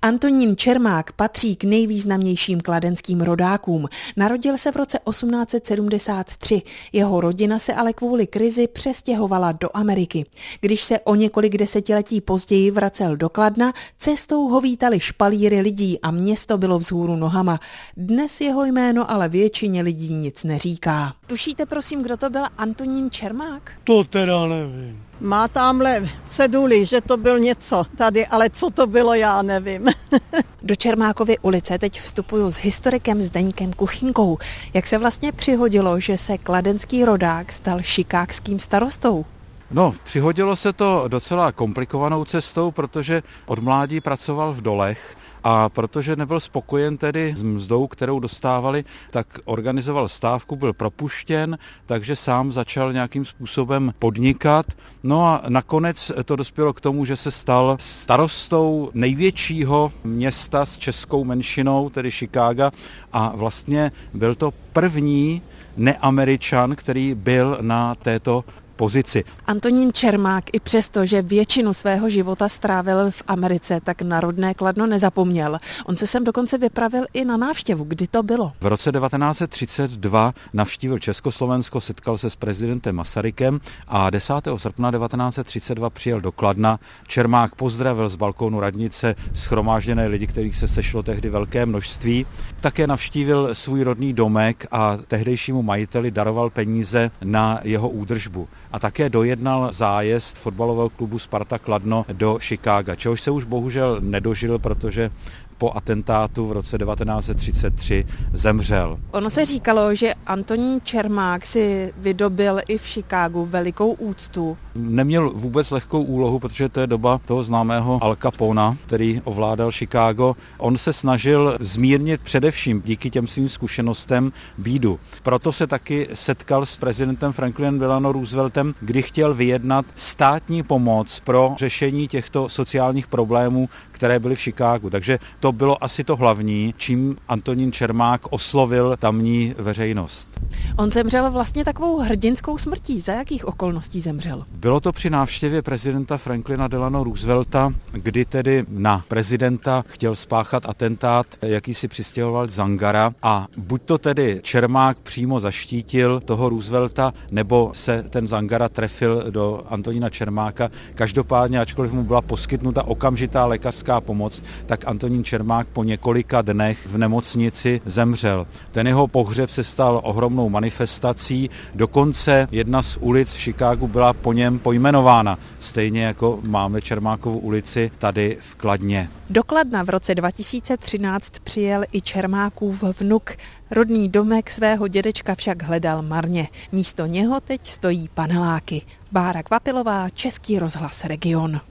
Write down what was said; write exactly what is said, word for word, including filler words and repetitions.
Antonín Čermák patří k nejvýznamnějším kladenským rodákům. Narodil se v roce osmnáct set sedmdesát tři. Jeho rodina se ale kvůli krizi přestěhovala do Ameriky. Když se o několik desetiletí později vracel do Kladna, cestou ho vítali špalíry lidí a město bylo vzhůru nohama. Dnes jeho jméno ale většině lidí nic neříká. Tušíte prosím, kdo to byl Antonín Čermák? To teda nevím. Má tamhle ceduli, že to byl něco tady, ale co to bylo, já nevím. Do Čermákovy ulice teď vstupuju s historikem Zdeňkem Kuchynkou. Jak se vlastně přihodilo, že se kladenský rodák stal chicagským starostou? No, přihodilo se to docela komplikovanou cestou, protože od mládí pracoval v dolech a protože nebyl spokojen tedy s mzdou, kterou dostávali, tak organizoval stávku, byl propuštěn, takže sám začal nějakým způsobem podnikat. No a nakonec to dospělo k tomu, že se stal starostou největšího města s českou menšinou, tedy Chicaga, a vlastně byl to první neameričan, který byl na této pozici. Antonín Čermák i přesto, že většinu svého života strávil v Americe, tak na rodné Kladno nezapomněl. On se sem dokonce vypravil i na návštěvu. Kdy to bylo? V roce devatenáct set třicet dva navštívil Československo, setkal se s prezidentem Masarykem a desátého srpna devatenáct set třicet dva přijel do Kladna. Čermák pozdravil z balkónu radnice shromážděné lidi, kterých se sešlo tehdy velké množství. Také navštívil svůj rodný domek a tehdejšímu majiteli daroval peníze na jeho údržbu. A také dojednal zájezd fotbalového klubu Sparta Kladno do Chicaga, čehož se už bohužel nedožil, protože po atentátu v roce devatenáct set třicet tři zemřel. Ono se říkalo, že Antonín Čermák si vydobil i v Chicagu velikou úctu. Neměl vůbec lehkou úlohu, protože to je doba toho známého Al Capona, který ovládal Chicago. On se snažil zmírnit především díky těm svým zkušenostem bídu. Proto se taky setkal s prezidentem Franklinem Delano Rooseveltem, kdy chtěl vyjednat státní pomoc pro řešení těchto sociálních problémů, které byly v Chicagu. Takže to bylo asi to hlavní, čím Antonín Čermák oslovil tamní veřejnost. On zemřel vlastně takovou hrdinskou smrtí. Za jakých okolností zemřel? Bylo to při návštěvě prezidenta Franklina Delano Roosevelta, kdy tedy na prezidenta chtěl spáchat atentát jakýsi přistěhoval Zangara a buď to tedy Čermák přímo zaštítil toho Roosevelta, nebo se ten Zangara trefil do Antonína Čermáka. Každopádně, ačkoliv mu byla poskytnuta okamžitá lékařská pomoc, tak Antonín Čermák po několika dnech v nemocnici zemřel. Ten jeho pohřeb se stal ohromnou manifestací, dokonce jedna z ulic v Chicagu byla po něm pojmenována, stejně jako máme Čermákovu ulici tady v Kladně. Do Kladna v roce dva tisíce třináct přijel i Čermákův vnuk. Rodný domek svého dědečka však hledal marně. Místo něho teď stojí paneláky. Bára Kvapilová, Český rozhlas Region.